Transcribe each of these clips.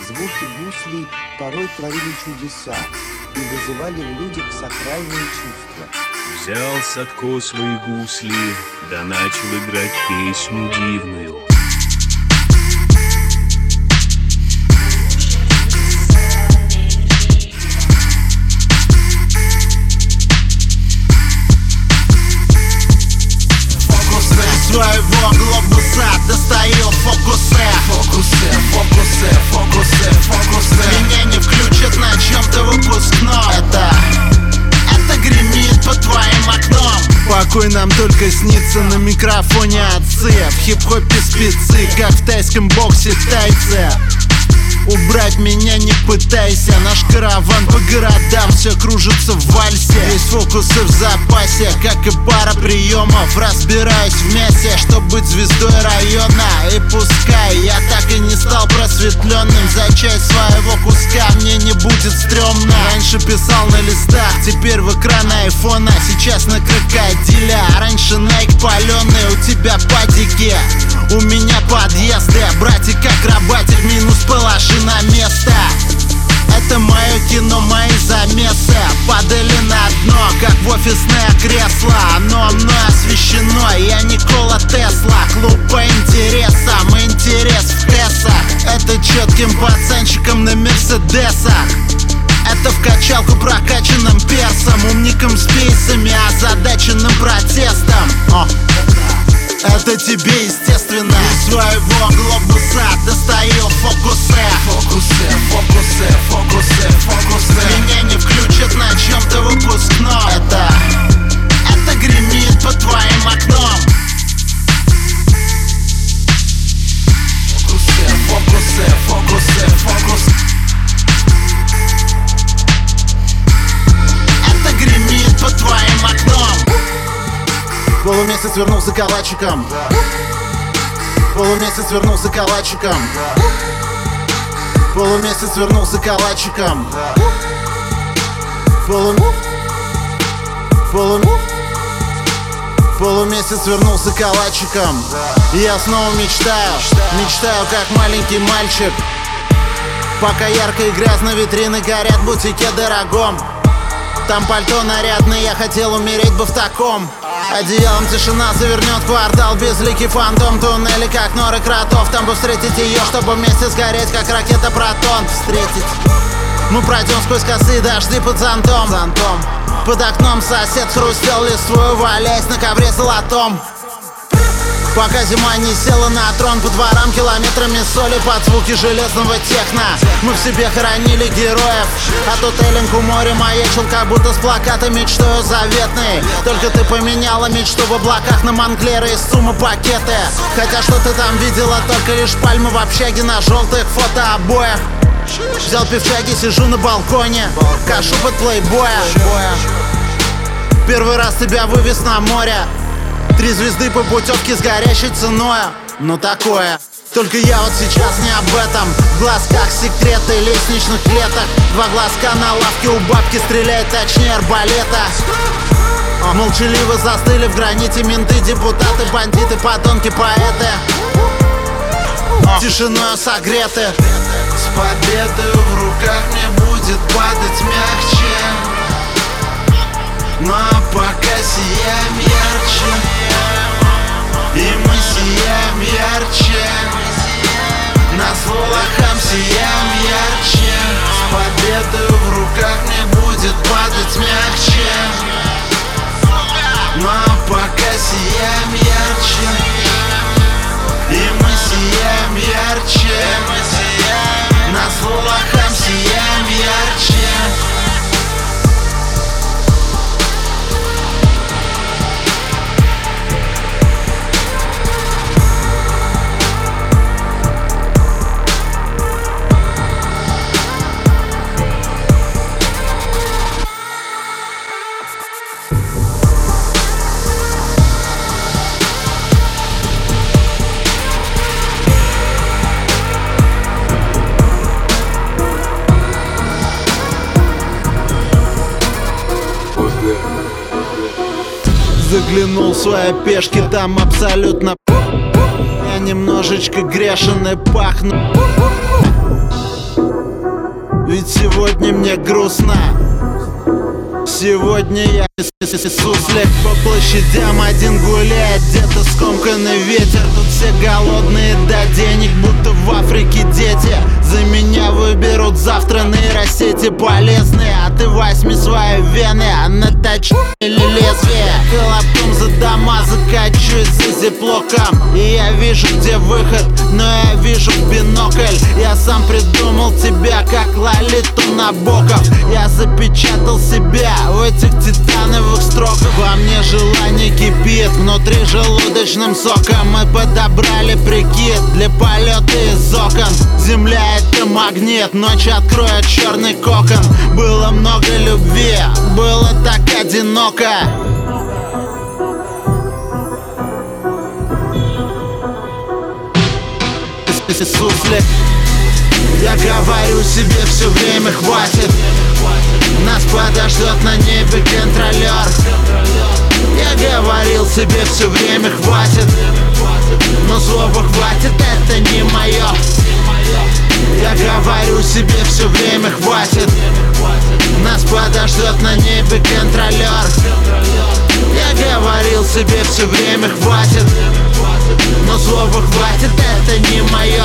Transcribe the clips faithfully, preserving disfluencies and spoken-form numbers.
Звуки гуслей порой творили чудеса и вызывали в людях сакральные чувства. Взял Садко свои гусли, да начал играть песню дивную. Своего глобуса достаю фокусы. Фокусы, фокусы, фокусы, фокусы. Меня не включат на чем-то выпускном. Это, это гремит под твоим окном. Покой нам только снится, на микрофоне отцы. В хип-хопе спецы, как в тайском боксе тайцы. Убрать меня не пытайся. Наш караван по городам все кружится в вальсе. Есть фокусы в запасе, как и пара приемов. Разбираюсь в мясе, чтоб быть звездой района. И пускай я так и не стал просветленным, за часть своего куска мне не будет стрёмно. Раньше писал на листах, теперь в экран айфона. Сейчас на крокодиле, а раньше Nike паленый. У тебя патики, у меня подъезды. Братик акробатик, минус положи на место. Это мое кино, мои замесы падали на дно, как в офисное кресло. Оно мной освещено, я Никола Тесла. Клуб по интересам, интерес в Тессах. Это четким пацанчиком на мерседесах. Это в качалку прокачанным персом, умником с пейсами, озадаченным протестом. О. Это тебе естественно. Из своего глобуса достаю фокусы. Фокусы, фокусы, фокусы, фокусы. Меня не включат на чем-то выпускном. Это, это гремит под твоим окном. Фокусы, фокусы, фокусы, фокусы. Это гремит под твоим окном. Полумесяц вернулся калачиком. Полумесяц вернулся калачиком. Полумесяц вернулся калачиком. Полу... Полу... Полумесяц вернулся калачиком. И я снова мечтаю, мечтаю как маленький мальчик. Пока ярко и грязно витрины горят в бутике дорогом. Там пальто нарядное, я хотел умереть бы в таком. Одеялом тишина завернет квартал, безликий фантом. Туннели, как норы кротов. Там бы встретить ее, чтобы вместе сгореть, как ракета Протон. Встретить. Мы пройдем сквозь косые дожди под зонтом. зонтом. Под окном сосед хрустел листвою, валяясь на ковре золотом. Пока зима не села на трон, по дворам километрами соли под звуки железного техно. Мы в себе хоронили героев, а тот Эллинг у моря маячил, как будто с плаката мечтою заветной. Только ты поменяла мечту в облаках на Монклеры и суммы пакеты. Хотя что ты там видела, только лишь пальмы в общаге на желтых фотообоях. Взял пивчаги, сижу на балконе, кашу под плейбоя. Первый раз тебя вывез на море. Три звезды по путевке с горящей ценой. Ну такое. Только я вот сейчас не об этом. В глазках секреты лестничных клеток. Два глазка на лавке у бабки, стреляет точнее арбалета. Молчаливо застыли в граните менты, депутаты, бандиты, подонки, поэты. Тишиною согреты. С победой в руках мне будет падать мягче. Но пока сияем ярче. И мы сияем ярче. Назло лохам сияем ярче. С победой в руках мне будет падать мягче. Но пока сияем ярче. И мы сияем ярче. Назло лохам сияем ярче. Заглянул в свои пешки, там абсолютно. Я немножечко грешен и пахну. сегодня мне грустно. Сегодня я суслик по площадям один гуляет, где-то скомканный ветер. Тут все голодные до денег, будто в Африке дети. За меня выберут завтра нейросети полезные. А ты возьми свои вены, а наточи или лезвие. Колобком за дома закачусь за зиплоком. И я вижу, где выход, но я вижу в бинокль. Я сам придумал тебя, как Лолиту Набоков. Я запечатал себя в этих титановых строках. Во мне желание кипит, внутри желудочным соком. Мы подобрали прикид для полета из окон. Земля — это магнит, ночь откроет черный кокон. Было много любви, было так одиноко. Суслик, я говорю себе все время хватит. Нас подождет на небе контролер. Я говорил себе все время хватит, но слово хватит — это не мое. Я говорю себе все время хватит. Нас подождет на небе контролер. Я говорил себе все время хватит, но слово хватит — это не мое.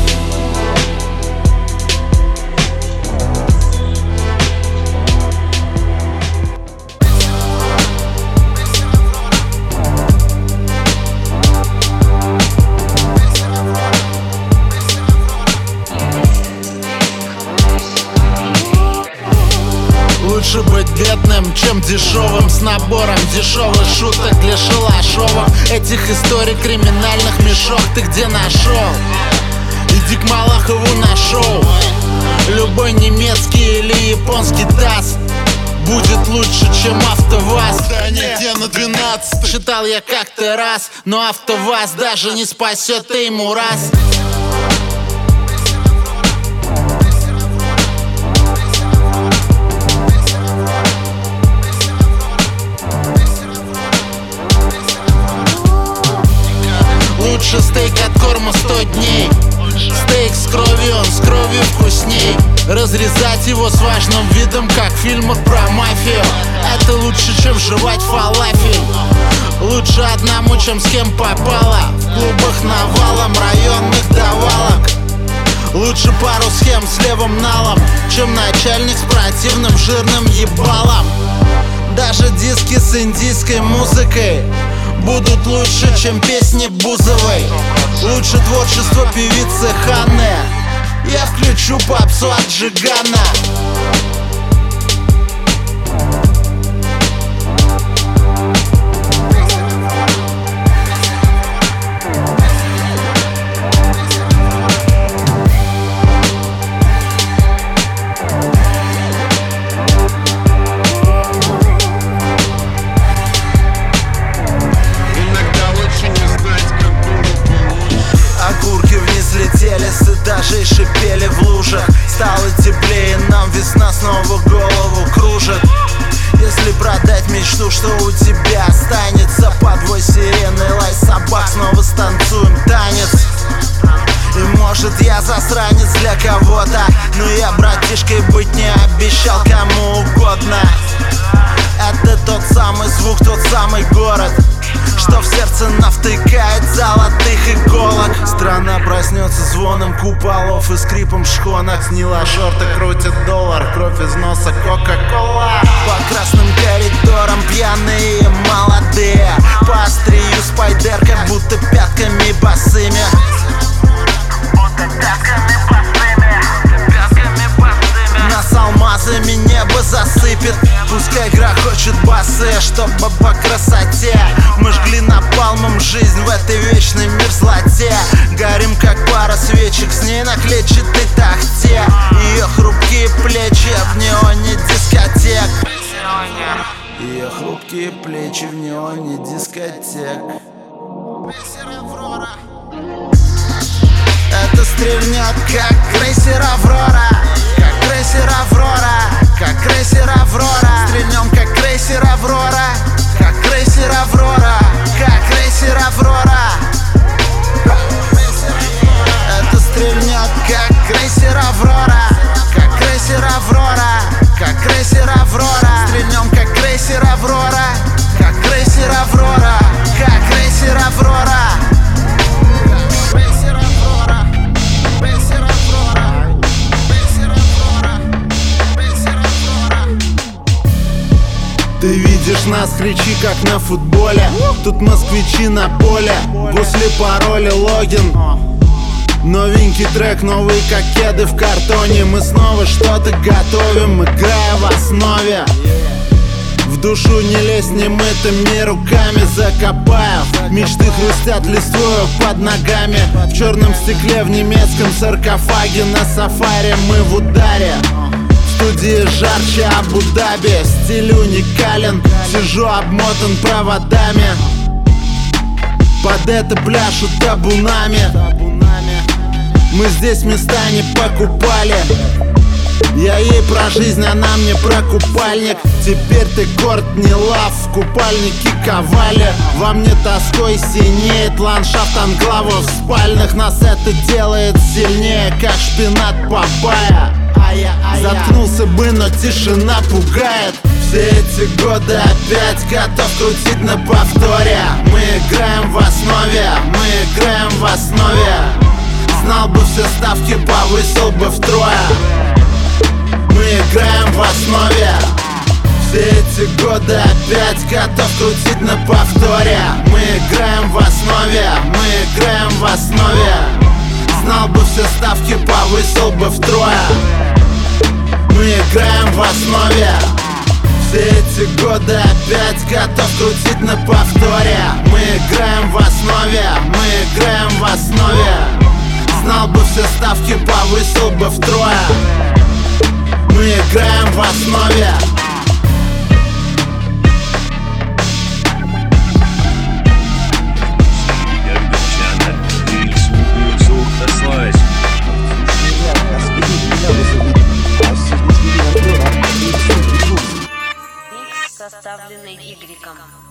Лучше быть бедным, чем дешевым, с набором дешевых шуток для шалашовок. Этих историй криминальных мешок ты где нашел? Иди к Малахову на шоу. Любой немецкий или японский таз будет лучше, чем АвтоВАЗ. Да нет, я на двенадцать. Читал я как-то раз, но АвтоВАЗ даже не спасет и ему раз. Лучше стейк от корма сто дней. Стейк с кровью, он с кровью вкусней. Разрезать его с важным видом, как в фильмах про мафию. Это лучше, чем жевать фалафель. Лучше одному, чем с кем попало. В клубах навалом районных давалок. Лучше пару схем с левым налом, чем начальник с противным жирным ебалом. Даже диски с индийской музыкой будут лучше, чем песни Бузовой. Лучше творчество певицы Ханны. Я включу попсу от Джигана. С этажей шипели в лужах. Стало теплее, нам весна снова голову кружит. Если продать мечту, что у тебя останется, подвой сирены, лай собак, снова станцуем танец. И может я засранец для кого-то, но я братишкой быть не обещал кому угодно. Это тот самый звук, тот самый город, что в сердце навтыкает золотых иголок. Страна проснется звоном куполов и скрипом шхонок. Снила шорты, крутит доллар, кровь из носа Кока-Кола. По красным коридорам пьяные и молодые, по острию спайдерка, будто пятками босыми. Нас алмазами небо засыпет. Пускай грохочут басы, чтобы по красоте мы жгли напалмом жизнь в этой вечной мерзлоте. Горим как пара свечек с ней на клетчатой тахте. Ее хрупкие плечи в неоне дискотек. Ее хрупкие плечи в неоне дискотек. Это стрельнет, как крейсер Аврора. Как крейсер Аврора. Как крейсер Аврора. Стрельнем, как крейсер Аврора. Как крейсер Аврора. Как крейсер Аврора. Это стрельнет, как крейсер Аврора. Как крейсер Аврора. Видишь нас, кричи как на футболе. Тут москвичи на поле, гусли, пароли, логин. Новенький трек, новые как кеды в картоне. Мы снова что-то готовим, играя в основе. В душу не лезь немытыми руками, закопаю. Мечты хрустят листвою под ногами. В черном стекле, в немецком саркофаге. На сафари мы в ударе. В студии жарче Абу-Даби. Стиль уникален, сижу обмотан проводами. Под это пляшут табунами. Мы здесь места не покупали. Я ей про жизнь, она мне про купальник. Теперь ты корт, не лав, в купальнике ковали. Во мне тоской синеет ландшафт анклавов спальных. Нас это делает сильнее, как шпинат папайя. Заткнулся бы, но тишина пугает. Все эти годы опять готов крутить на повторе. Мы играем в основе, мы играем в основе. Знал бы все ставки, повысил бы втрое. Мы играем в основе. Все эти годы опять готов крутить на повторе. Мы играем в основе, мы играем в основе. Знал бы все ставки, повысил бы втрое. Мы играем в основе. Все эти годы опять готов крутить на повторе. Мы играем в основе, мы играем в основе. Знал бы все ставки, повысил бы втрое. Мы играем в основе. Составленный Y.